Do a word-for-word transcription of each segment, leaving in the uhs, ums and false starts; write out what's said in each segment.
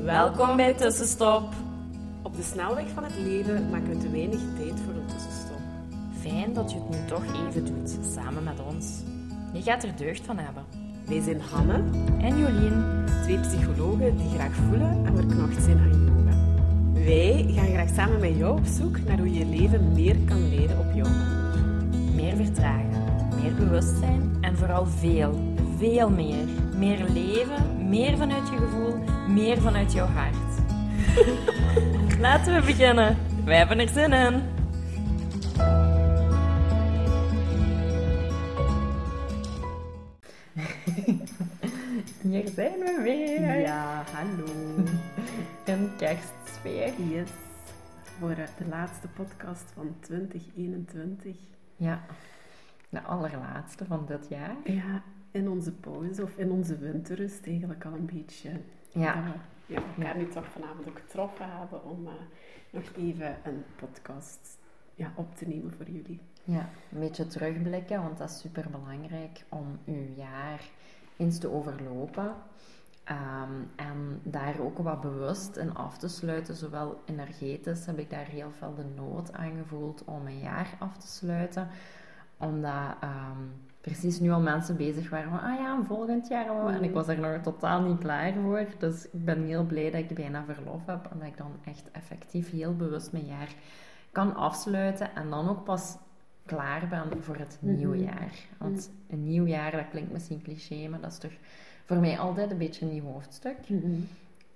Welkom bij Tussenstop. Op de snelweg van het leven maken we te weinig tijd voor een tussenstop. Fijn dat je het nu toch even doet, samen met ons. Je gaat er deugd van hebben. Wij zijn Hanne en Jolien, twee psychologen die graag voelen en verknocht zijn aan yoga. Wij gaan graag samen met jou op zoek naar hoe je je leven meer kan leiden op jouw manier. Meer vertragen, meer bewustzijn en vooral veel, veel meer. Meer leven, meer vanuit je gevoel, meer vanuit jouw hart. Laten we beginnen. Wij hebben er zin in. Hier zijn we weer. Ja, hallo. Een kerstsfeer. Yes. Voor de laatste podcast van twintig eenentwintig. Ja, de allerlaatste van dit jaar. Ja, in onze pauze of in onze winterrust eigenlijk al een beetje. Ja. Dat we ja, elkaar nu toch vanavond ook getroffen hebben om uh, nog even een podcast ja, op te nemen voor jullie. Ja, een beetje terugblikken, want dat is super belangrijk om uw jaar eens te overlopen. Um, en daar ook wat bewust in af te sluiten, zowel energetisch heb ik daar heel veel de nood aan gevoeld om een jaar af te sluiten. Omdat um, precies nu al mensen bezig waren van, ah ja, volgend jaar. Mm. En ik was er nog totaal niet klaar voor. Dus ik ben heel blij dat ik bijna verlof heb. En dat ik dan echt effectief heel bewust mijn jaar kan afsluiten. En dan ook pas klaar ben voor het mm-hmm. nieuwe jaar. Want mm. een nieuw jaar, dat klinkt misschien cliché, maar dat is toch voor mij altijd een beetje een nieuw hoofdstuk. Mm-hmm.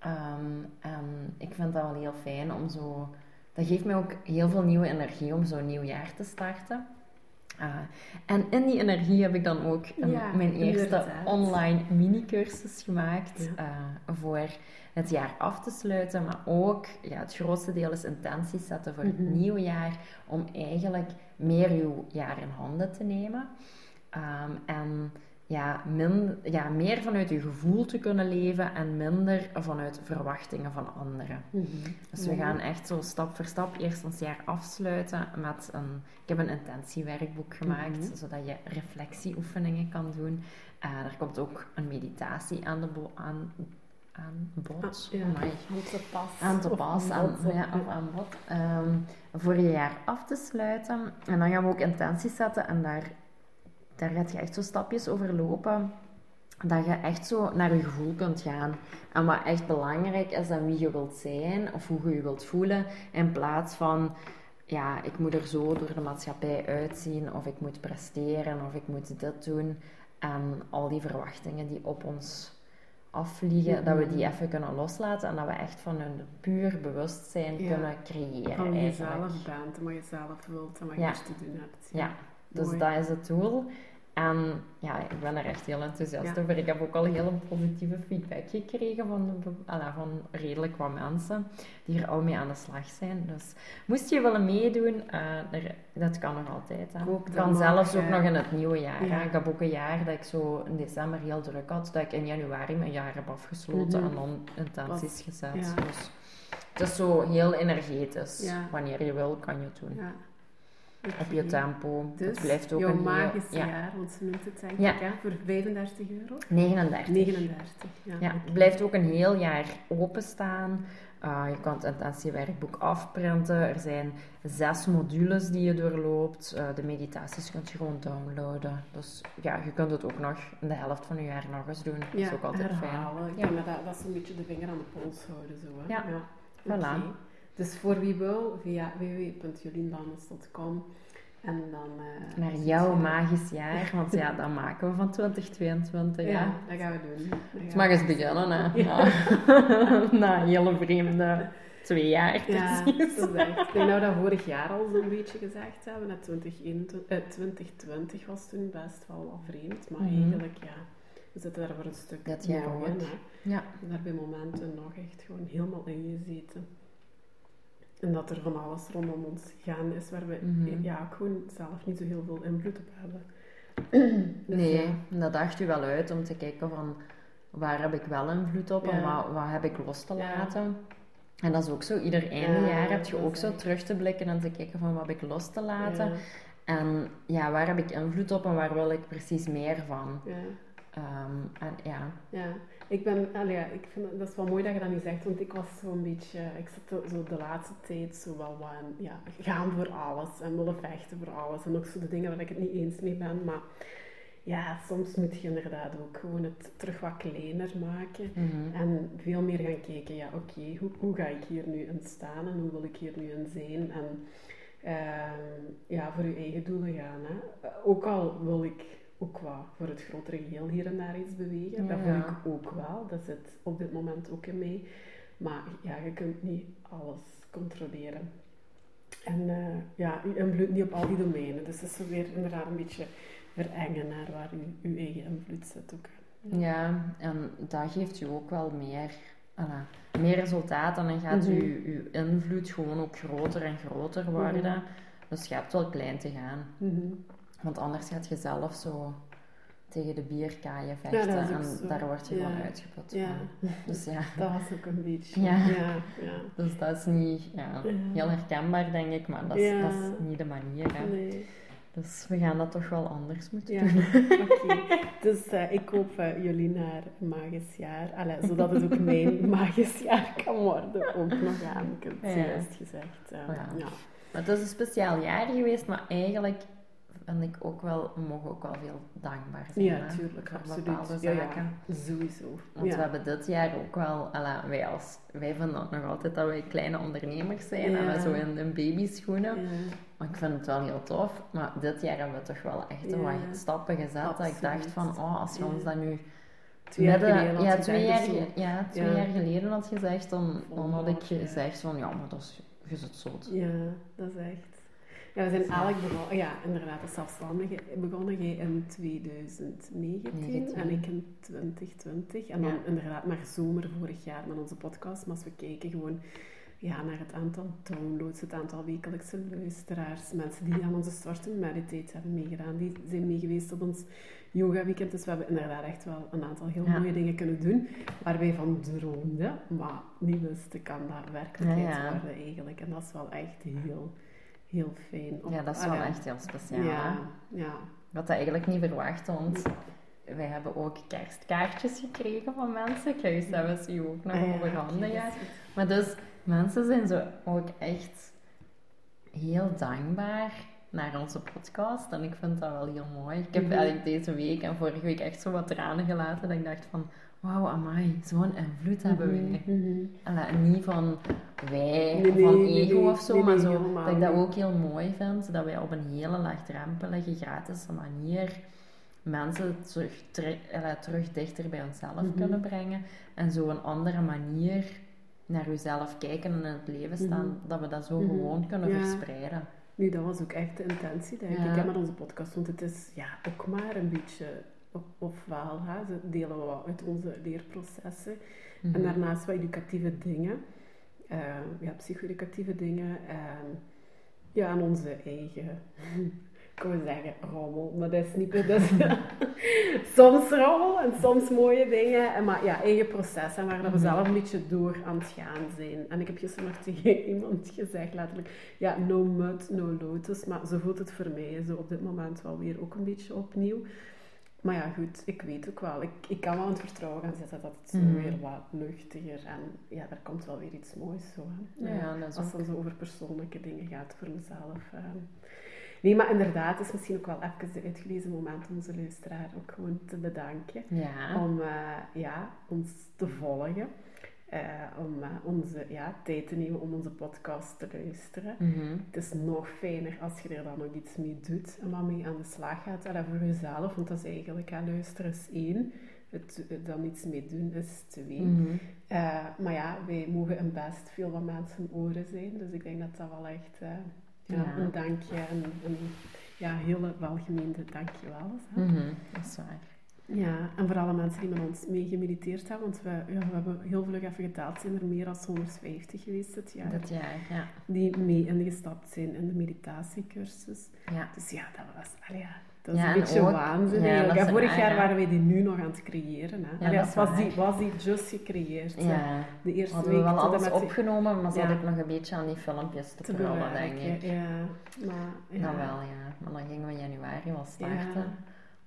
Um, en ik vind dat wel heel fijn om zo... Dat geeft mij ook heel veel nieuwe energie om zo'n nieuw jaar te starten. Uh, en in die energie heb ik dan ook een, ja, mijn eerste inderdaad. online mini-cursus gemaakt ja. uh, voor het jaar af te sluiten. Maar ook, ja, het grootste deel is intenties zetten voor mm-hmm. het nieuwe jaar. Om eigenlijk meer uw jaar in handen te nemen. Um, en ja, min, ja, meer vanuit je gevoel te kunnen leven en minder vanuit verwachtingen van anderen. Mm-hmm. Dus we gaan echt zo stap voor stap eerst ons jaar afsluiten met een... Ik heb een intentiewerkboek gemaakt, mm-hmm. zodat je reflectieoefeningen kan doen. Uh, er komt ook een meditatie aan de bo- aan, aan bod. Ah, ja. Amai. Aan te pas. Aan te pas, of aan, bod, ja, ja. of aan bod. Um, voor je jaar af te sluiten. En dan gaan we ook intenties zetten en daar... Daar gaat je echt zo stapjes over lopen, dat je echt zo naar je gevoel kunt gaan. En wat echt belangrijk is aan wie je wilt zijn, of hoe je je wilt voelen, in plaats van, ja, ik moet er zo door de maatschappij uitzien, of ik moet presteren, of ik moet dit doen. En al die verwachtingen die op ons afvliegen, mm-hmm. dat we die even kunnen loslaten en dat we echt van een puur bewustzijn ja. kunnen creëren. Van wie je zelf bent en wat je zelf wilt en wat ja. je te doen hebt. Ja, ja. Dus Mooi. dat is het doel. En ja, ik ben er echt heel enthousiast ja. over. Ik heb ook al heel positieve feedback gekregen van, alla, van redelijk wat mensen die er al mee aan de slag zijn. Dus moest je willen meedoen, uh, er, dat kan nog altijd. Hè. Ik kan zelfs ook uh, nog in het nieuwe jaar. Ja. Ik heb ook een jaar dat ik zo in december heel druk had, dat ik in januari mijn jaar heb afgesloten mm-hmm. en dan intenties Wat? gezet. Ja. Dus het is zo heel energetisch. Ja. Wanneer je wil, kan je het doen. Ja. Okay. Op je tempo. Dus, het blijft ook jouw een magisch heel, ja. jaar, want ze noemt het denk ja. ik, hè, voor vijfendertig euro? negenendertig. negenendertig, ja. ja. Het blijft ook een heel jaar openstaan. Uh, je kan het intentiewerkboek afprinten. Er zijn zes modules die je doorloopt. Uh, de meditaties kun je gewoon downloaden. Dus ja, je kunt het ook nog in de helft van je jaar nog eens doen. Dat ja, is ook altijd herhalen. fijn. Ja, maar dat, dat is een beetje de vinger aan de pols houden. Zo, hè? Ja, ja. Voilà. Okay. Dus voor wie wil, via w w w punt joliendames punt com en dan... Uh, Naar jouw magisch jaar, want ja, dat maken we van twintig tweeëntwintig. Ja, hè? dat gaan we doen. Het mag eens beginnen, hè. Ja. Na een hele vreemde twee jaar, ja, precies. Dat is echt. Ik denk dat we dat vorig jaar al zo'n beetje gezegd hebben. Dat twintig twintig was toen best wel wat vreemd, maar mm-hmm. eigenlijk, ja... We zitten daar voor een stuk dat jaar nog in, hè. Ja. Daar bij momenten nog echt gewoon helemaal in gezeten. En dat er van alles rondom ons gaande is waar we mm-hmm. ja, gewoon zelf niet zo heel veel invloed op hebben. Dus nee, ja. dat dacht u wel uit om te kijken van waar heb ik wel invloed op ja. en wat, wat heb ik los te laten. Ja. En dat is ook zo, ieder einde ja, jaar heb je ook zo terug te blikken en te kijken van wat heb ik los te laten. Ja. En ja, waar heb ik invloed op en waar wil ik precies meer van. Ja. Um, en ja. Ja, ik ben, allee, ja, ik vind dat is wel mooi dat je dat nu zegt, want ik was zo'n beetje, ik zat zo de laatste tijd zo wel wat, ja, gaan voor alles en willen vechten voor alles en ook zo de dingen waar ik het niet eens mee ben, maar ja, soms moet je inderdaad ook gewoon het terug wat kleiner maken Mm-hmm. en veel meer gaan kijken, ja oké, okay, hoe, hoe ga ik hier nu in staan en hoe wil ik hier nu in zijn en uh, ja, voor je eigen doelen gaan. Hè. Ook al wil ik ook wel voor het grotere geheel hier en daar iets bewegen, ja, dat voel ja. ik ook wel, dat zit op dit moment ook in mij, maar ja, je kunt niet alles controleren. En uh, ja, je invloed niet op al die domeinen, dus het is zo weer inderdaad een beetje verengen naar waar je, je eigen invloed zit ook. Ja. ja, en dat geeft je ook wel meer, alla, meer resultaten en gaat mm-hmm. je, je invloed gewoon ook groter en groter worden. Mm-hmm. Dus je hebt wel klein te gaan. Mm-hmm. Want anders gaat je zelf zo tegen de bierkaaien vechten ja, en zo. Daar word je ja. gewoon uitgeput ja. van. Dus ja. Dat was ook een beetje. Ja. Ja, ja. Dus dat is niet ja, ja. heel herkenbaar, denk ik, maar dat is, ja. dat is niet de manier. Hè. Nee. Dus we gaan dat toch wel anders moeten ja. doen. Oké. Okay. Dus uh, ik hoop uh, jullie naar magisch jaar, Allee, zodat het ook mijn magisch jaar kan worden, ook nog aan. Ik heb het juist ja. gezegd. Uh, oh ja. Ja. Maar het is een speciaal jaar geweest, maar eigenlijk vind ik ook wel, we mogen ook wel veel dankbaar zijn. Ja, tuurlijk, voor absoluut. bepaalde ja, zaken. Ja, sowieso. Want ja. we hebben dit jaar ook wel, alla, wij, als, wij vinden nog altijd dat wij kleine ondernemers zijn, ja. en zo in, in babyschoenen. Ja. Maar ik vind het wel heel tof. Maar dit jaar hebben we toch wel echt ja. wat stappen gezet. Absoluut. Dat ik dacht van, oh, als je ons dat nu... Twee jaar geleden ja, had twee jaar, zo. ja, twee ja. jaar geleden had gezegd, dan, dan had ik ja. gezegd van, ja, maar dat is, je zit zot. Ja, dat is echt... Ja, we zijn eigenlijk begonnen, ja, inderdaad, als zelfstandige begonnen jij in twintig negentien negentien. En ik in twintig twintig. En dan ja. inderdaad maar zomer vorig jaar met onze podcast. Maar als we kijken gewoon ja, naar het aantal downloads, het aantal wekelijkse luisteraars, mensen die aan onze Start to Meditate hebben meegedaan, die zijn meegeweest op ons yoga weekend. Dus we hebben inderdaad echt wel een aantal heel ja. mooie dingen kunnen doen, waar wij van droomden, maar niet wisten, kan dat werkelijkheid ja, ja. worden eigenlijk. En dat is wel echt heel... Heel fijn. Op, ja, dat is wel allee, echt heel speciaal. Ja, ja. Ik had dat eigenlijk niet verwacht, want wij hebben ook kerstkaartjes gekregen van mensen. Ik ga je zelfs hier ook nog ah, over handigen. Ja. Maar dus, mensen zijn zo ook echt heel dankbaar naar onze podcast. En ik vind dat wel heel mooi. Ik heb mm-hmm. eigenlijk deze week en vorige week echt zo wat tranen gelaten. Dat ik dacht van, wauw, amai, zo'n invloed hebben mm-hmm. wij. Mm-hmm. En niet van wij, nee, nee, van nee, ego nee, of zo, nee, maar nee, zo, helemaal dat ik dat ook heel mooi vind. Dat wij op een hele laagdrempelige, gratis manier mensen terug, ter, uh, terug dichter bij onszelf mm-hmm. kunnen brengen. En zo een andere manier naar jezelf kijken en in het leven staan, mm-hmm. dat we dat zo mm-hmm. gewoon kunnen ja. verspreiden. Nu, dat was ook echt de intentie, denk ja. ik, hè, met onze podcast. Want het is ja, ook maar een beetje... Ofwel, hè, ze delen we wat uit onze leerprocessen. Mm-hmm. En daarnaast wat educatieve dingen. Uh, ja, psycho-educatieve dingen. Uh, ja, en onze eigen... ik wil zeggen rommel, maar dat is niet... Dat is soms rommel en soms mooie dingen. En maar ja, eigen processen waar mm-hmm. we zelf een beetje door aan het gaan zijn. En ik heb gisteren nog tegen iemand gezegd, letterlijk... Ja, no mud, no lotus. Maar zo voelt het voor mij zo op dit moment wel weer ook een beetje opnieuw. Maar ja, goed, ik weet ook wel, ik, ik kan wel in het vertrouwen gaan zetten dat het zo mm. weer wat luchtiger en ja, daar komt wel weer iets moois zo. Hè. Ja, ja, dat is als het ook... dan zo over persoonlijke dingen gaat voor mezelf. Uh. Nee, maar inderdaad, het is misschien ook wel even de uitgelezen moment om onze luisteraar ook gewoon te bedanken. Ja. Om uh, ja, ons te volgen. Uh, om uh, onze ja, tijd te nemen om onze podcast te luisteren. Mm-hmm. Het is nog fijner als je er dan nog iets mee doet en wat mee aan de slag gaat. En dat voor jezelf, want dat is eigenlijk, ja, luisteren is één, het, het dan iets mee doen is twee. Mm-hmm. Uh, maar ja, wij mogen een best veel van mensen oren zijn, dus ik denk dat dat wel echt uh, ja, ja. een dankje en een ja, hele welgemeende dankjewel is. Mm-hmm. Dat is waar. Ja, en voor alle mensen die met ons mee gemediteerd hebben, want we, ja, we hebben heel vlug even geteld, zijn er meer dan honderdvijftig geweest dit jaar. Dit jaar, ja. Die mee ingestapt zijn in de meditatiecursus. Ja. Dus ja, dat was, allee, ja, dat is ja, een beetje ook, waanzin. Ja, ja, vorig waar, jaar ja. waren wij die nu nog aan het creëren. Hè. Ja, allee, dat was, die, was die just gecreëerd. Ja. De eerste hadden week we wel alles met opgenomen, maar zat ja. ik nog een beetje aan die filmpjes te, te prullen, denk ik. Ja, maar... Ja. Dat wel, ja. Maar dan gingen we in januari wel starten. Ja.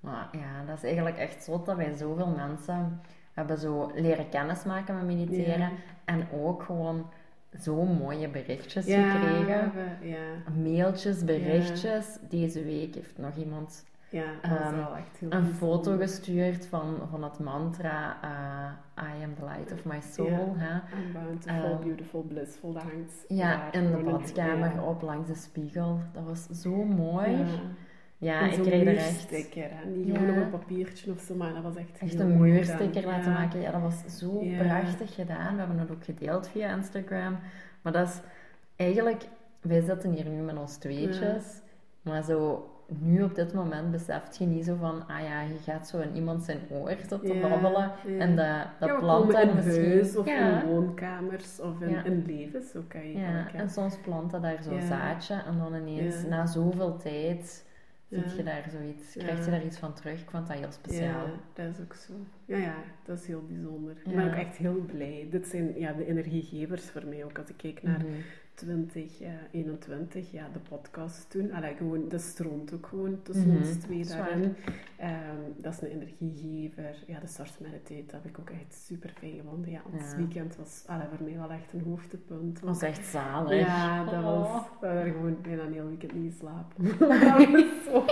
Maar ja, dat is eigenlijk echt zot dat wij zoveel mensen hebben zo leren kennismaken met mediteren. Ja. En ook gewoon zo mooie berichtjes ja, gekregen. We, ja. Mailtjes, berichtjes. Ja. Deze week heeft nog iemand ja, dat um, wel echt heel een foto bijzonder. gestuurd van, van het mantra uh, I am the light of my soul. Ja. I'm bountiful, um, beautiful, blissful. Dat hangt ja, in de badkamer ja. op langs de spiegel. Dat was zo mooi. Ja. Ja, en ik kreeg er echt... sticker, hè? Niet ja. gewoon op een papiertje of zo, maar dat was echt Echt een muursticker laten ja. maken. Ja, dat was zo ja. prachtig gedaan. We hebben het ook gedeeld via Instagram. Maar dat is eigenlijk... Wij zitten hier nu met ons tweetjes. Ja. Maar zo... Nu op dit moment beseft je niet zo van... Ah ja, je gaat zo in iemand zijn oor zitten ja. babbelen. Ja. En dat, dat ja, plant daar in misschien... huis of ja. in woonkamers of in, ja. in levens. Zo kan je ja, en soms plant dat daar zo'n ja. zaadje. En dan ineens, ja. na zoveel tijd... Ziet ja. je daar zoiets, krijg je ja. daar iets van terug? Ik vond dat heel speciaal. Ja, dat is ook zo. Ja, ja, dat is heel bijzonder. Ja. Ik ben ook echt heel blij. Dit zijn ja, de energiegevers voor mij ook. Als ik kijk naar mm-hmm. twintig eenentwintig, ja, de podcast toen. Allee, gewoon, dat stroomt ook gewoon tussen mm-hmm. ons twee daarin. Um, dat is een energiegever. Ja, de Stars Meditate, dat heb ik ook echt super fijn gevonden. Ja, ons ja. weekend was allee, voor mij wel echt een hoogtepunt. Dat was echt zalig. Ja, dat was... Oh. We hebben gewoon bijna een heel weekend niet geslapen. Dat was zo...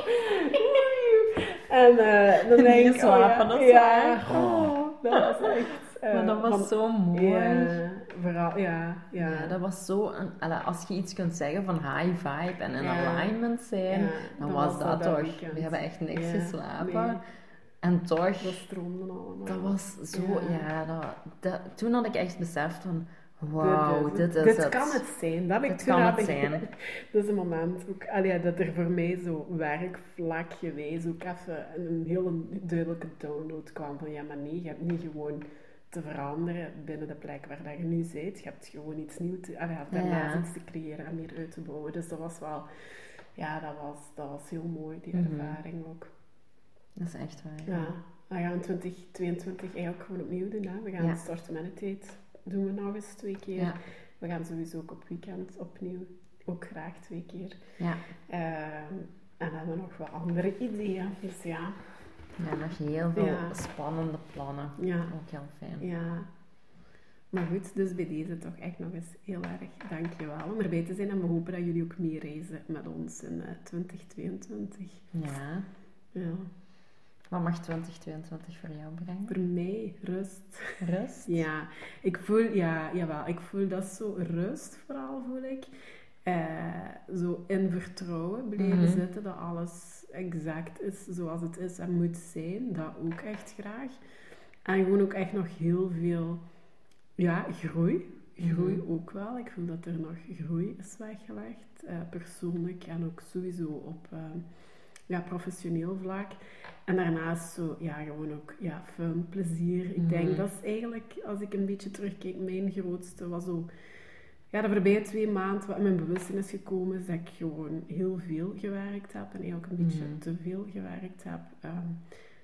En uh, dan denk ik... slapen, oh, ja, dat ja, oh, dat was echt... Uh, maar dat was van, zo mooi. Ja, vooral, ja, ja. ja, dat was zo... Een, als je iets kunt zeggen van high vibe en in ja. alignment zijn, ja, dan, dan was, was dat, dat toch... Weekend. We hebben echt niks ja, geslapen. Nee. En toch... Dat stroomde allemaal. Dat was zo... Ja, ja dat, dat, toen had ik echt beseft van... Wauw, dit is dit het. Dit kan het zijn. Dat heb ik dit toen kan heb het ik, zijn. Dat is een moment ook, allee, dat er voor mij zo werkvlak geweest ook even een heel duidelijke download kwam van ja, maar nee, je hebt niet gewoon te veranderen binnen de plek waar dat je nu zit. Je hebt gewoon iets nieuws te, allee, daarnaast ja. iets te creëren en meer uit te bouwen. Dus dat was wel, ja, dat was, dat was heel mooi, die mm-hmm. ervaring ook. Dat is echt waar. Ja, we gaan twintig tweeëntwintig eigenlijk gewoon opnieuw doen. Hè. We gaan ja. Start Meditate doen we nog eens twee keer. Ja. We gaan sowieso ook op weekend opnieuw, ook graag twee keer. Ja. Uh, en dan hebben we nog wat andere ideeën. Dus ja. Ja, nog heel veel ja. spannende plannen. Ja. Ook heel fijn. Ja. Maar goed, dus bij deze toch echt nog eens heel erg dankjewel om erbij te zijn. En we hopen dat jullie ook meereizen met ons in uh, twintig tweeëntwintig. Ja. Ja. Wat mag twintig tweeëntwintig voor jou brengen? Voor mij rust. Rust? Ja, ik voel, ja, jawel, ik voel dat zo rust vooral voel ik. Uh, zo in vertrouwen blijven mm-hmm. zitten dat alles exact is zoals het is en moet zijn. Dat ook echt graag. En gewoon ook echt nog heel veel ja, groei. Groei mm-hmm. ook wel. Ik voel dat er nog groei is weggelegd. Uh, persoonlijk en ook sowieso op uh, ja, professioneel vlak. En daarnaast zo, ja, gewoon ook, ja, fun, plezier. Ik mm. denk, dat is eigenlijk, als ik een beetje terugkijk, mijn grootste was zo... Ja, de voorbije twee maanden wat in mijn bewustzijn is gekomen, is dat ik gewoon heel veel gewerkt heb. En eigenlijk een beetje mm. te veel gewerkt heb. Um,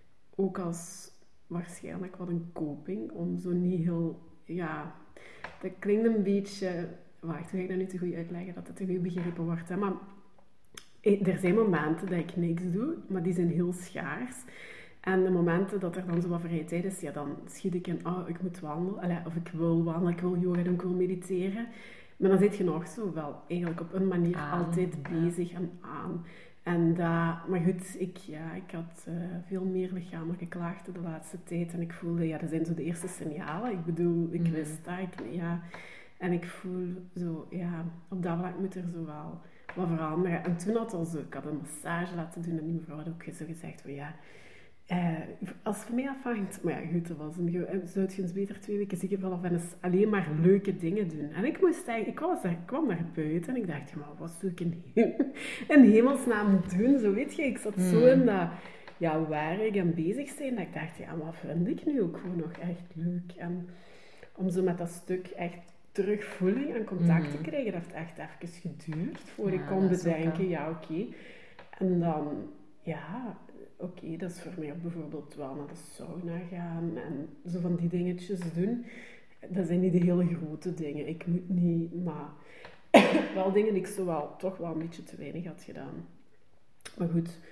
ook als waarschijnlijk wat een coping, om zo niet heel... Ja, dat klinkt een beetje... Wacht, hoe ga ik dat nu te goed uitleggen, dat het te goed begrepen wordt, hè? Maar... Er zijn momenten dat ik niks doe, maar die zijn heel schaars. En de momenten dat er dan zo wat vrije tijd is, ja, dan schiet ik in, oh, ik moet wandelen. Allee, of ik wil wandelen, ik wil yoga doen, ik wil mediteren. Maar dan zit je nog zo wel eigenlijk op een manier aan. altijd bezig en aan. En dat, maar goed, ik, ja, ik had uh, veel meer lichamelijke klachten de laatste tijd. En ik voelde, ja, dat zijn zo de eerste signalen. Ik bedoel, ik mm. wist dat, ik, ja. En ik voel zo, ja, op dat vlak moet er zo wel... wat veranderen. En toen had al zo, ik had een massage laten doen en die mevrouw had ook zo gezegd van ja, eh, als het van mij afhangt, maar ja, goed, dat was een, zou je eens beter twee weken ziekenhuis vanaf en eens alleen maar leuke dingen doen. En ik moest eigenlijk, ik, was daar, ik kwam naar buiten en ik dacht, maar wat zou ik in, in hemelsnaam doen? Zo weet je, ik zat zo in dat ja, werk en bezig zijn, dat ik dacht, ja, wat vind ik nu ook gewoon nog echt leuk? En om zo met dat stuk echt terugvoeling en contact mm. te krijgen, dat heeft echt even geduurd voor ja, ik kon bedenken, ook, ja, oké. Okay. En dan, ja, oké, okay, dat is voor mij ook bijvoorbeeld wel naar de sauna gaan en zo van die dingetjes doen. Dat zijn niet de hele grote dingen. Ik moet niet, maar wel dingen die ik zo wel, toch wel een beetje te weinig had gedaan. Maar goed,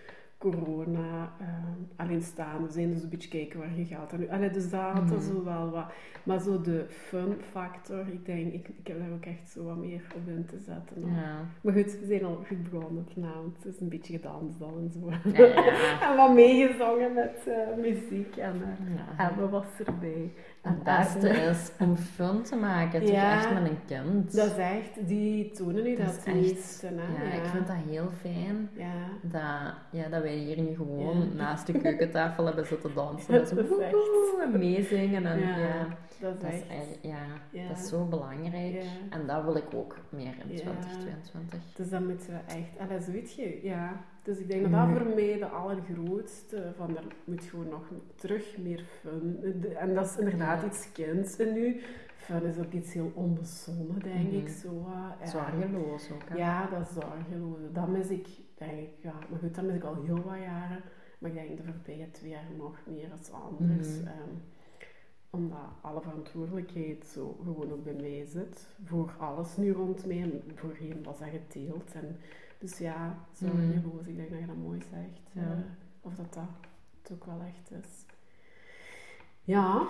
corona, uh, alleenstaande zijn, dus een beetje kijken waar je gaat. En nu, allee, dus dat had mm. zo wel wat. Maar zo de fun factor, ik denk, ik, ik heb daar ook echt zo wat meer op in te zetten. Ja. Maar goed, we zijn al goed begonnen vanavond. Het is een beetje gedanst dan en zo. Ja, ja. En wat meegezongen met uh, muziek en uh, ja. Emma was erbij. Het beste is om fun te maken, toch ja, echt met een kind. Dat is echt, die tonen nu dat, dat het meeste. Ja, ja, ik vind dat heel fijn. Ja. Dat, ja, dat wij hier nu gewoon ja. naast de keukentafel hebben zitten dansen. Dat en is zo, echt. En meezingen. En, ja, ja, dat is dat echt. Is echt ja, ja. dat is zo belangrijk. Ja. En dat wil ik ook meer in ja. twintig tweeëntwintig. Dus dat moeten we echt... En dat weet je, ja. Dus ik denk dat dat voor mij de allergrootste... Van, er moet gewoon nog terug meer fun. En dat is inderdaad ja. iets kinds. En nu, fun is ook iets heel onbezonnen, denk mm-hmm. ik. Zo, uh, zorgeloos ook, hè? Ja, dat is zorgeloos. Dat mis ik, denk ik, ja. Maar goed, dat mis ik al heel wat jaren. Maar ik denk de voorbije twee jaar nog meer dan anders. Mm-hmm. Um, omdat alle verantwoordelijkheid zo gewoon ook bij mij zit. Voor alles nu rond mij. En voorheen was dat gedeeld. En dus ja, zorgeloos. Mm. Ik denk dat je dat mooi zegt. Ja. Uh, of dat dat het ook wel echt is. Ja.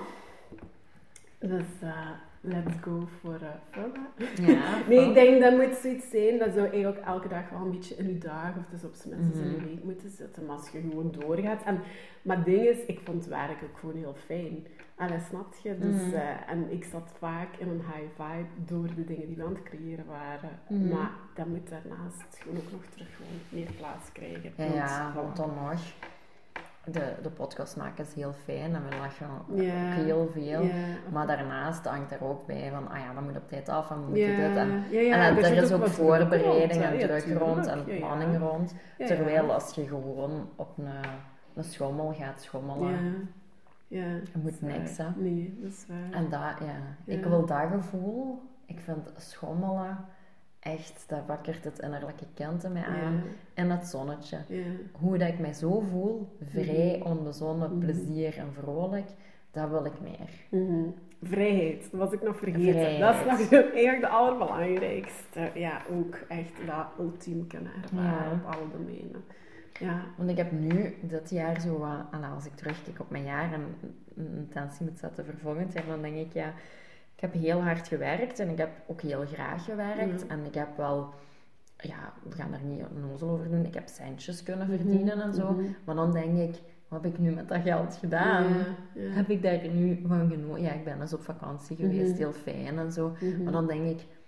Dus uh, let's go voor uh, fun. Ja, nee, ik denk dat moet zoiets zijn. Dat zou eigenlijk ook elke dag wel een beetje in je dag of dus op zijn minst mm-hmm. in je week moeten zitten. Maar als je gewoon doorgaat. En, maar het ding is, ik vond het werk ook gewoon heel fijn. Allee, snap je? Dus, mm-hmm. uh, en ik zat vaak in een high vibe door de dingen die we aan het creëren waren. Mm-hmm. Maar dat moet daarnaast gewoon ook nog terug gewoon meer plaats krijgen. Ja, ja, want dan nog. De, de podcast maken is heel fijn en we lachen yeah. ook heel veel. Yeah. Maar daarnaast hangt er ook bij van, ah ja, dat moet op tijd af en we moeten yeah. dit. En, ja, ja, en er is ook voorbereiding en ja, druk rond en ja, planning ja. rond. Ja, terwijl ja. als je gewoon op een, een schommel gaat schommelen, ja. Ja, je moet niks, hè. Nee, dat is waar. En dat, ja. ja. Ik wil dat gevoel, ik vind schommelen... Echt, dat wakkert het innerlijke kind in mij aan. Ja. En het zonnetje. Ja. Hoe dat ik mij zo voel, vrij, mm-hmm. onbezonnen, mm-hmm. plezier en vrolijk, dat wil ik meer. Mm-hmm. Vrijheid, dat was ik nog vergeten. Vrijheid. Dat is nog eigenlijk de allerbelangrijkste. Ja, ook echt dat ultiem kunnen ervaren ja. op alle domeinen. Ja. Want ik heb nu dit jaar zo wat, en als ik terugkijk op mijn jaar en een intentie moet zetten voor volgend jaar, dan denk ik, ja, ik heb heel hard gewerkt en ik heb ook heel graag gewerkt. Mm. En ik heb wel, ja, we gaan er niet onnozel over doen, ik heb centjes kunnen verdienen mm-hmm. en zo. Mm-hmm. Maar dan denk ik, wat heb ik nu met dat geld gedaan? Ja, ja. Heb ik daar nu van genoten? Ja, ik ben eens op vakantie geweest, mm-hmm. heel fijn en zo. Mm-hmm. Maar dan denk ik,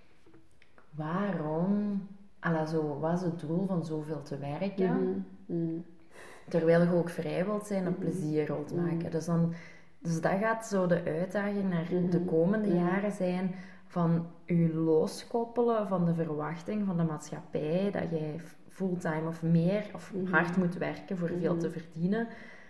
waarom, alla zo, wat is het doel van zoveel te werken? Mm-hmm. Mm-hmm. Terwijl je ook vrij wilt zijn en mm-hmm. plezier wilt maken. Mm-hmm. Dus dan... Dus dat gaat zo de uitdaging naar mm-hmm. de komende mm-hmm. jaren zijn van je loskoppelen van de verwachting van de maatschappij dat jij fulltime of meer of mm-hmm. hard moet werken voor mm-hmm. veel te verdienen.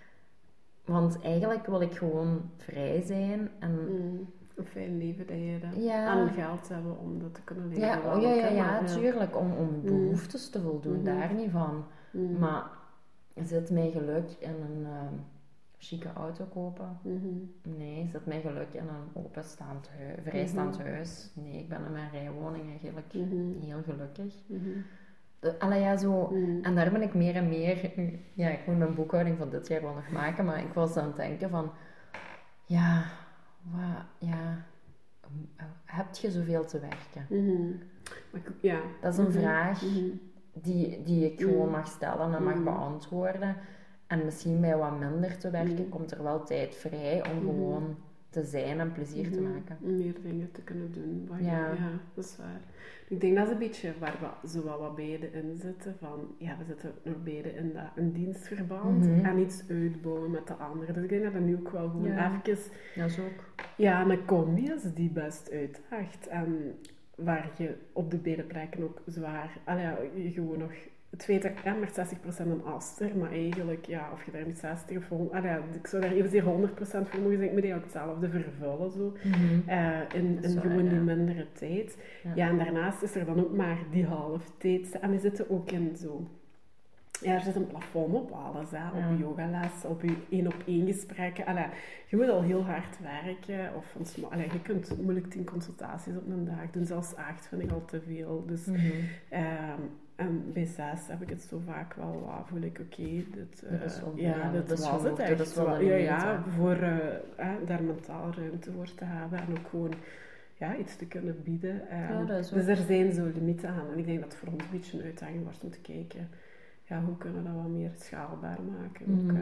Want eigenlijk wil ik gewoon vrij zijn en... Mm. Een fijn leven dat je dat ja. aan geld hebben om dat te kunnen leven. Ja, oh, ja, ja, ja, tuurlijk. Om, om behoeftes mm. te voldoen, mm-hmm. daar niet van. Mm. Maar zit mij geluk in een... Uh, chique auto kopen? Mm-hmm. Nee. Zit mij geluk in een openstaand huis, vrijstaand mm-hmm. huis? Nee, ik ben in mijn rijwoning eigenlijk mm-hmm. heel gelukkig. Mm-hmm. De, allee, ja, zo. Mm-hmm. En daar ben ik meer en meer... Ja, ik moet mijn boekhouding van dit jaar wel nog maken, maar ik was aan het denken van... Ja, wat... Ja... Heb je zoveel te werken? Mm-hmm. Ja. Dat is een mm-hmm. vraag mm-hmm. die, die ik mm-hmm. gewoon mag stellen en mag mm-hmm. beantwoorden. En misschien bij wat minder te werken mm. komt er wel tijd vrij om mm-hmm. gewoon te zijn en plezier mm-hmm. te maken. Om meer dingen te kunnen doen. Waar ja. Je, ja, dat is waar. Ik denk dat is een beetje waar we zo wat beide in zitten. Van, ja, we zitten nog beide in dat, een dienstverband mm-hmm. en iets uitbouwen met de anderen. Dus ik denk dat dat nu ook wel gewoon ja. even... Dat is ook... Ja, een combi is die best uitdaagt. En waar je op de beide plekken ook zwaar... Allee, je gewoon nog... Het feit dat ik ja, maar zestig procent een aster, maar eigenlijk, ja, of je daar met zestig of honderd... Ah, ja, ik zou daar evenzeer honderd procent voor mogen zijn. Ik moet eigenlijk hetzelfde vervullen, zo. Mm-hmm. Uh, in in gewoon waar, die ja. mindere tijd. Ja. ja, en daarnaast is er dan ook maar die half tijd. En we zitten ook in zo... Ja, er zit een plafond op alles, hè. Op ja. je yogales, op je één-op-één gesprekken. Allee, je moet al heel hard werken. Of een, allee, je kunt moeilijk tien consultaties op een dag doen. Zelfs acht vind ik al te veel. Dus... Mm-hmm. Um, En bij zes heb ik het zo vaak wel, wow, voel ik oké, okay, dit, uh, dat is wel, ja, ja, dit dat was is het echt. Dat is wel ja, ja, voor uh, eh, daar mentaal ruimte voor te hebben en ook gewoon ja, iets te kunnen bieden. Um, ja, dat is dus er zijn zo limieten aan. En ik denk dat het voor ons een beetje een uitdaging was om te kijken, ja, hoe kunnen we dat wat meer schaalbaar maken. Mm. Ook,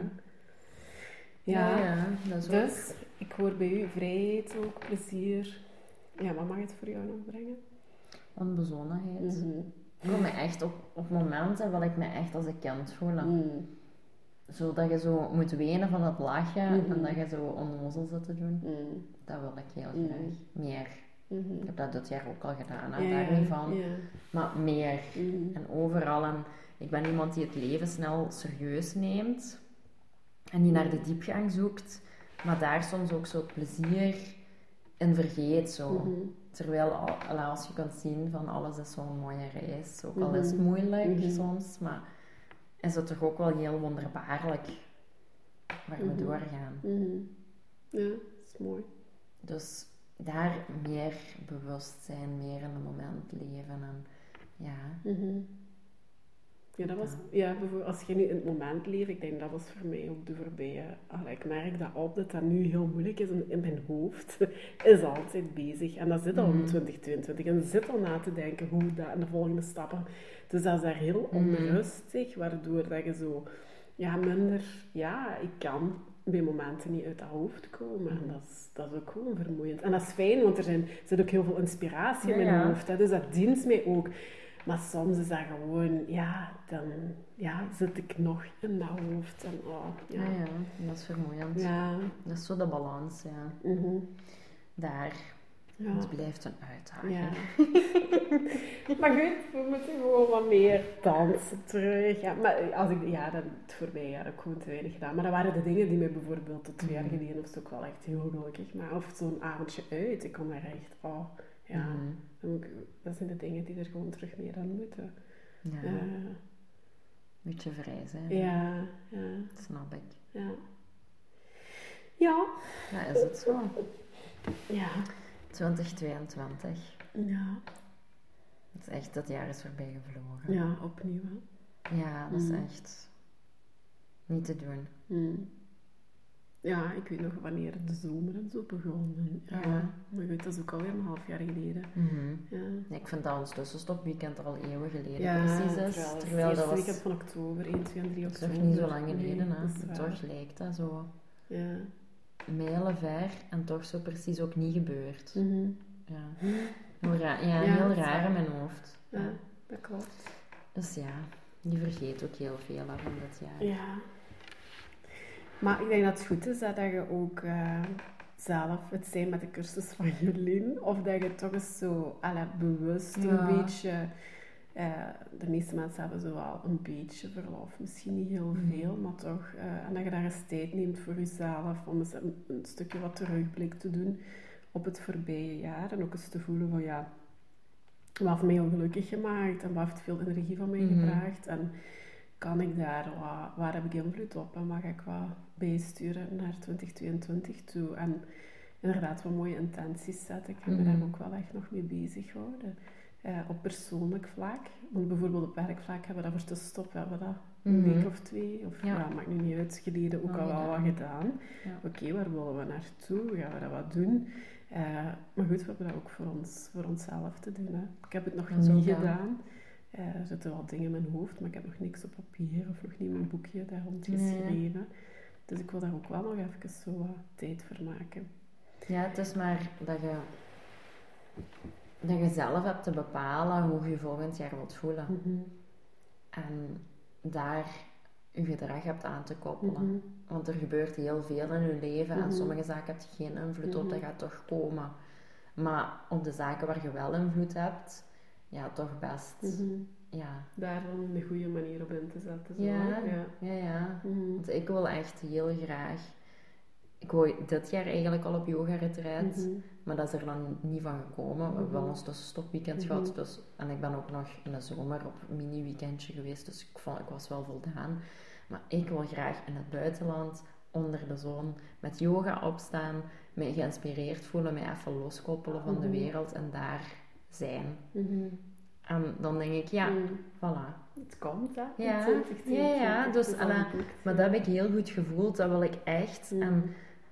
ja, ja, ja, dat is dus ook. Ik hoor bij u vrijheid ook, plezier. Ja, wat mag het voor jou nog brengen? Onbezonnenheid. Mm-hmm. Ik voel me echt op, op momenten wat ik me echt als een kind voel. Mm. Zo dat je zo moet wenen van het lachen mm-hmm. en dat je zo onnozel zit te doen. Mm. Dat wil ik heel mm. graag. Meer. Mm-hmm. Ik heb dat dit jaar ook al gedaan, hè, ja, daar niet van. Ja. Maar meer. Mm. En overal. En ik ben iemand die het leven snel serieus neemt. En die naar de diepgang zoekt. Maar daar soms ook zo het plezier in vergeet. Zo. Mm-hmm. Terwijl als je kunt zien van alles is zo'n mooie reis. Ook al mm-hmm. is het moeilijk mm-hmm. soms. Maar is het toch ook wel heel wonderbaarlijk waar mm-hmm. we doorgaan. Mm-hmm. Ja, dat is mooi. Dus daar meer bewustzijn, meer in het moment leven. En ja. Mm-hmm. Ja, dat was, ja, bijvoorbeeld als je nu in het moment leeft, ik denk dat was voor mij ook de voorbije. Allee, ik merk dat op dat dat nu heel moeilijk is in, in mijn hoofd, is altijd bezig. En dat zit al in twintig tweeëntwintig en zit al na te denken hoe dat en de volgende stappen. Dus dat is daar heel onrustig, waardoor dat je zo, ja, minder, ja, ik kan bij momenten niet uit dat hoofd komen. En dat is, dat is ook gewoon vermoeiend. En dat is fijn, want er, zijn, er zit ook heel veel inspiratie in mijn ja, ja. hoofd. Hè, dus dat dient mij ook. Maar soms is dat gewoon, ja, dan ja, zit ik nog in dat hoofd. En, oh, ja. Ja, ja, dat is vermoeiend. Ja. Dat is zo de balans, ja. Mm-hmm. Daar. Ja. Het blijft een uitdaging. Ja. Maar goed, we moeten gewoon wat meer dansen terug. Ja, maar als ik, ja, dat het voorbij jaar heb ik gewoon te weinig gedaan. Maar dat waren de dingen die mij bijvoorbeeld tot twee jaar geleden of zo ook wel echt heel gelukkig maken. Of zo'n avondje uit, ik kon daar echt, oh, ja. Mm-hmm. Dat zijn de dingen die er gewoon terug meer aan moeten. Ja. Uh, Beetje vrij zijn. Ja, ja. Snap ik. Ja. Ja. Ja, is het zo. Ja. twintig tweeëntwintig. Ja. Het is echt, dat jaar is voorbij gevlogen. Ja, opnieuw. Hè? Ja, dat is mm. echt niet te doen. Mm. Ja, ik weet nog wanneer de zomer en zo begon. Ja. ja. Maar goed, dat is ook alweer een half jaar geleden. Mm-hmm. Ja. Ja, ik vind dat ons tussenstopweekend er al eeuwen geleden ja, precies is. Terwijl, terwijl dat was... weekend van oktober, één, twee en drie oktober. Dat is niet zo lang geleden, nee, hè. Toch lijkt dat zo... Ja. Mijlen ver en toch zo precies ook niet gebeurd. Mm-hmm. Ja, heel, ra- ja, ja, heel raar in mijn hoofd. Ja, ja, dat klopt. Dus ja, je vergeet ook heel veel van dit jaar. Ja. Maar ik denk dat het goed is dat je ook uh, zelf, het zijn met de cursus van Jolien, of dat je toch eens zo alle, bewust ja. een beetje... Uh, de meeste mensen hebben zo wel een beetje verlof, misschien niet heel veel, mm. maar toch. Uh, en dat je daar eens tijd neemt voor jezelf, om eens een, een stukje wat terugblik te doen op het voorbije jaar. En ook eens te voelen van ja, wat heeft mij ongelukkig gemaakt en wat heeft veel energie van mij mm. gevraagd. En kan ik daar, wat, waar heb ik invloed op en mag ik wat bijsturen naar twintig tweeëntwintig toe. En inderdaad wat mooie intenties zetten. Ik ga me mm. daar ook wel echt nog mee bezighouden. Uh, op persoonlijk vlak. Want bijvoorbeeld op werkvlak hebben we dat voor tussenstop, we hebben dat een mm-hmm. week of twee, of ja, ja maakt nu niet uit, geleden ook oh, al wel ja. wat gedaan. Ja. Oké, okay, waar willen we naartoe? Gaan we dat wat doen? Uh, maar goed, we hebben dat ook voor, ons, voor onszelf te doen. Hè. Ik heb het nog niet gedaan. gedaan. Uh, er zitten wel dingen in mijn hoofd, maar ik heb nog niks op papier of nog niet mijn boekje daar rondgeschreven. Nee. Dus ik wil daar ook wel nog even zo wat tijd voor maken. Ja, het is maar dat je... dat je zelf hebt te bepalen hoe je volgend jaar wilt voelen. Mm-hmm. En daar je gedrag hebt aan te koppelen. Mm-hmm. Want er gebeurt heel veel in je leven mm-hmm. en sommige zaken heb je geen invloed mm-hmm. op, dat gaat toch komen. Maar op de zaken waar je wel invloed hebt, ja, toch best. Mm-hmm. Ja. Daar dan een goede manier op in te zetten. Zo. Ja, ja, ja. ja. Mm-hmm. Want ik wil echt heel graag... Ik wou dit jaar eigenlijk al op yoga-retreat, mm-hmm. maar dat is er dan niet van gekomen. Mm-hmm. We hebben wel ons tussenstopweekend mm-hmm. gehad, dus, en ik ben ook nog in de zomer op een mini-weekendje geweest, dus ik, vond, ik was wel voldaan. Maar ik wil graag in het buitenland, onder de zon, met yoga opstaan, mij geïnspireerd voelen, mij even loskoppelen van mm-hmm. de wereld en daar zijn. Mm-hmm. En dan denk ik, ja, mm. voilà. Het komt, hè? Ja, twintig tweeëntwintig, ja, ja. Dus, het is en, al uh, geboekt, maar ja. dat heb ik heel goed gevoeld. Dat wil ik echt. Mm. En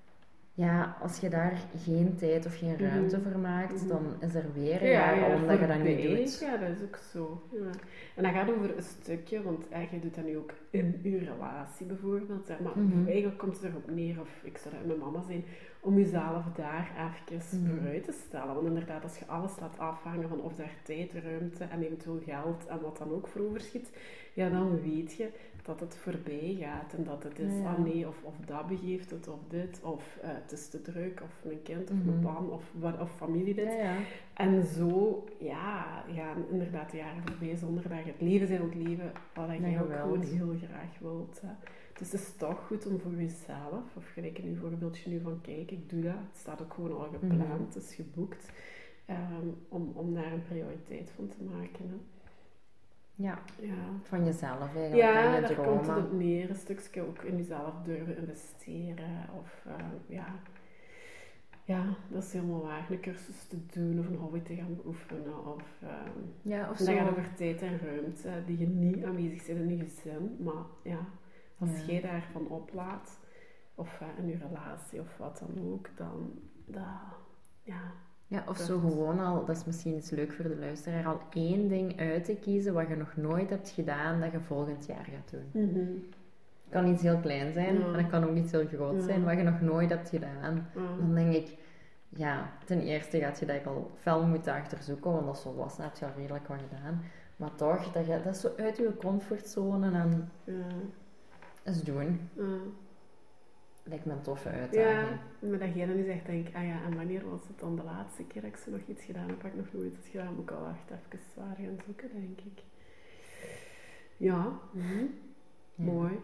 ja, als je daar geen tijd of geen ruimte Mm-hmm. voor maakt, Mm-hmm. dan is er weer een Ja, jaar ja, om dat je dat niet voorbij. doet. Ja, dat is ook zo. Ja. En dat gaat over een stukje, want eh, je doet dat nu ook in je relatie bijvoorbeeld. Hè. Maar Mhm. eigenlijk komt het erop neer, of ik zou dat met mama zijn, om jezelf daar even Mhm. vooruit te stellen. Want inderdaad, als je alles laat afhangen van of daar tijd, ruimte en eventueel geld en wat dan ook voor overschiet, ja, dan weet je dat het voorbij gaat en dat het is, Ja, ja. ah nee, of, of dat begeeft het, of dit, of uh, het is te druk, of mijn kind, of Mhm. mijn man, of, wat- of familie dit. Ja, ja. En zo, ja, gaan inderdaad de jaren voorbij zonder dat je het leven zijn wilt leven wat je Ja, ook je gewoon wilt. heel graag wilt. Hè. Dus het is toch goed om voor jezelf, of gelijk in uw voorbeeldje nu van kijk, ik doe dat, het staat ook gewoon al gepland, Mhm. het is geboekt, um, om, om daar een prioriteit van te maken. Hè. Ja, Ja. van jezelf eigenlijk. Ja, en je daar komt het dromen. op neer. Een stukje ook in jezelf durven investeren. Of uh, ja. ja, dat is helemaal waar. Een cursus te doen of een hobby te gaan beoefenen. Of, um, Ja, of en dat zo. gaat over tijd en ruimte die je niet aanwezig bent in je gezin. Maar ja, als Ja. jij daarvan oplaat, of uh, in je relatie of wat dan ook, dan dat, ja. Ja, of Dat- zo gewoon al, dat is misschien iets leuk voor de luisteraar, al één ding uit te kiezen wat je nog nooit hebt gedaan, dat je volgend jaar gaat doen. Mm-hmm. Het kan iets heel klein zijn, Ja. maar het kan ook iets heel groot Ja. zijn, wat je nog nooit hebt gedaan. Ja. Dan denk ik, ja, ten eerste gaat je dat al fel moeten achterzoeken, want als volwassen heb je al redelijk wat gedaan. Maar toch, dat, je, dat is zo uit je comfortzone en Ja. eens doen. Ja. Lijkt me een toffe Ja, uitdaging. maar dat jij dan nu zegt, denk ik, ah ja, en wanneer was het dan de laatste keer dat ik zo nog iets gedaan heb, heb ik nog nooit iets gedaan, moet ik al echt even zwaar gaan zoeken, denk ik. Ja, mhm. Ja. Mooi.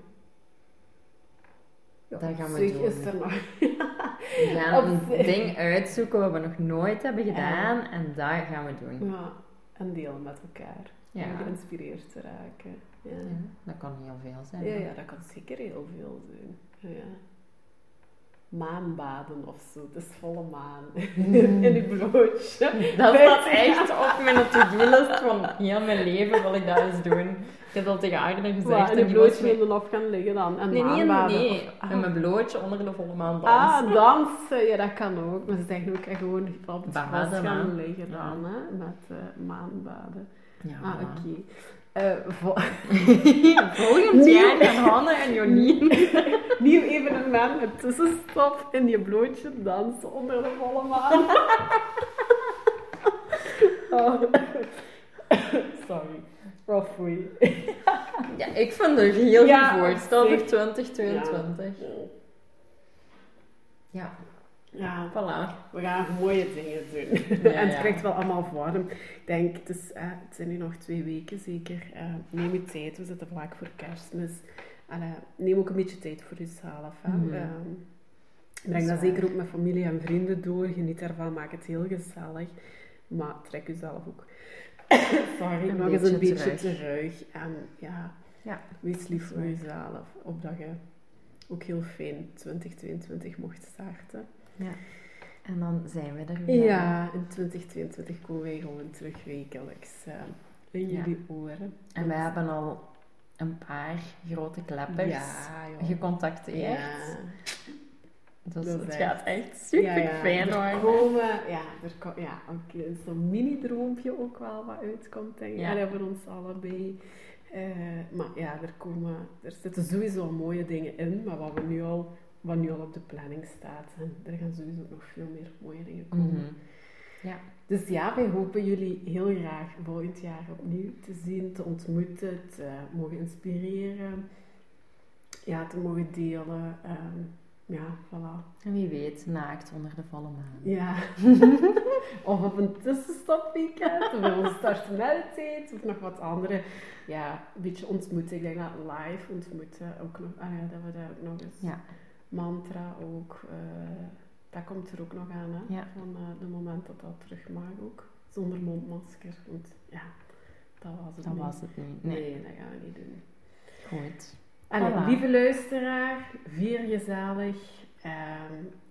Ja, Dat op gaan we zich doen. is er nog... We gaan Op een zich. ding uitzoeken wat we nog nooit hebben gedaan en dat gaan we doen. Ja, en delen met elkaar. Ja. Om geïnspireerd te raken. Ja. Ja, dat kan heel veel zijn. Ja, hè. ja, dat kan zeker heel veel zijn. Ja, ja. Maanbaden of zo, het is volle maan. In je blootje. Dat staat echt op mijn to-do-list van heel mijn leven wil ik dat eens doen. Ik heb dat tegen Agner gezegd. Wat, in en je die was blootje mee- willen af gaan liggen dan. En Nee, nee, maanbaden. nee. Of- ah. Met mijn blootje onder de volle maan dansen. Ah, dansen. Ja, dat kan ook. Maar ze zeggen ook echt gewoon op het Baden, gras gaan man. liggen Ja. dan, hè. Met uh, maanbaden. Ja, Ah, voilà. oké. Eh, vo- Volgend Nee. jaar gaan Hanne en Jonien. Nieuw evenement, een tussenstop in je blootje dansen onder de volle maan. Oh. Sorry. Rough way. Ja, ik vind het een heel Ja, goed voorstel voor zeker. twintig tweeëntwintig. Ja, Ja, voilà. we gaan mooie dingen doen. Ja, en het ja. krijgt wel allemaal vorm. Ik denk, het, is, eh, het zijn nu nog twee weken zeker. Eh, neem je tijd, we zitten vlak voor kerstmis. En, eh, neem ook een beetje tijd voor jezelf. Hè. Mhm. Eh, Dat breng is dat waar. zeker ook met familie en vrienden door. Geniet ervan, maak het heel gezellig. Maar trek jezelf ook Sorry, Een nog eens een beetje beetje terug. terug. En ja, Ja, wees lief dat voor is jezelf. Opdat je ook heel fijn twintig tweeëntwintig mocht starten. ja. En dan zijn we er weer. Ja, in twintig tweeëntwintig komen wij gewoon terug wekelijks uh, in Ja. jullie oren. En wij hebben al een paar grote kleppers Ja, joh. gecontacteerd. Ja. Dus Dat is het echt- gaat echt super Ja, ja. fijn Er worden. komen, ja, er ko- ja oké, er is zo'n mini-droompje ook wel wat uitkomt, denk ik. Ja. Allee, voor ons allebei. Eh, maar ja, er, komen, er zitten sowieso mooie dingen in, maar wat, we nu al, wat nu al op de planning staat. En er gaan sowieso nog veel meer mooie dingen komen. Mhm. Ja. Dus ja, wij hopen jullie heel graag volgend jaar opnieuw te zien, te ontmoeten, te mogen inspireren, ja, te mogen delen. Ehm, ja, voilà. En wie weet, naakt onder de volle maan. Ja. Of op een tussenstopweekend, of op een start meditate, of nog wat andere. Ja, een beetje ontmoeten. Ik denk dat live ontmoeten ook nog, ah ja, dat we daar ook nog eens. Ja. Mantra ook, eh, dat komt er ook nog aan, hè. Ja. Van uh, de moment dat dat terug mag ook. Zonder mondmasker, want ja, dat was het Dat niet. was het niet. Nee. Nee, dat gaan we niet doen. Goed. Allee, Voilà. lieve luisteraar, vier gezellig. Ehm,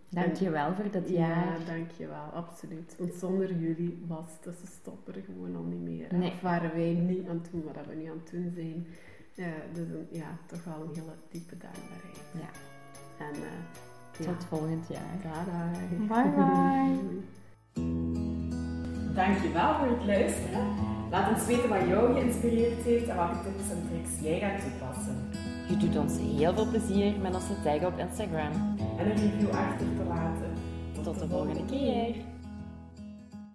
Dank je wel voor dat jaar. Ja, dank je wel, absoluut. Want zonder jullie was tussenstopper gewoon al niet meer. Nee. Of waren wij niet aan het doen wat we nu aan het doen zijn. Ja, dus een, ja, toch wel een hele diepe dankbaarheid. Ja. En uh, tot ja. volgend jaar. Tada. Bye bye. Dankjewel voor het luisteren. Laat ons weten wat jou geïnspireerd heeft en welke tips en tricks jij gaat toepassen. Je doet ons heel veel plezier met onze tag op Instagram. En een review achter te laten. Tot de volgende keer.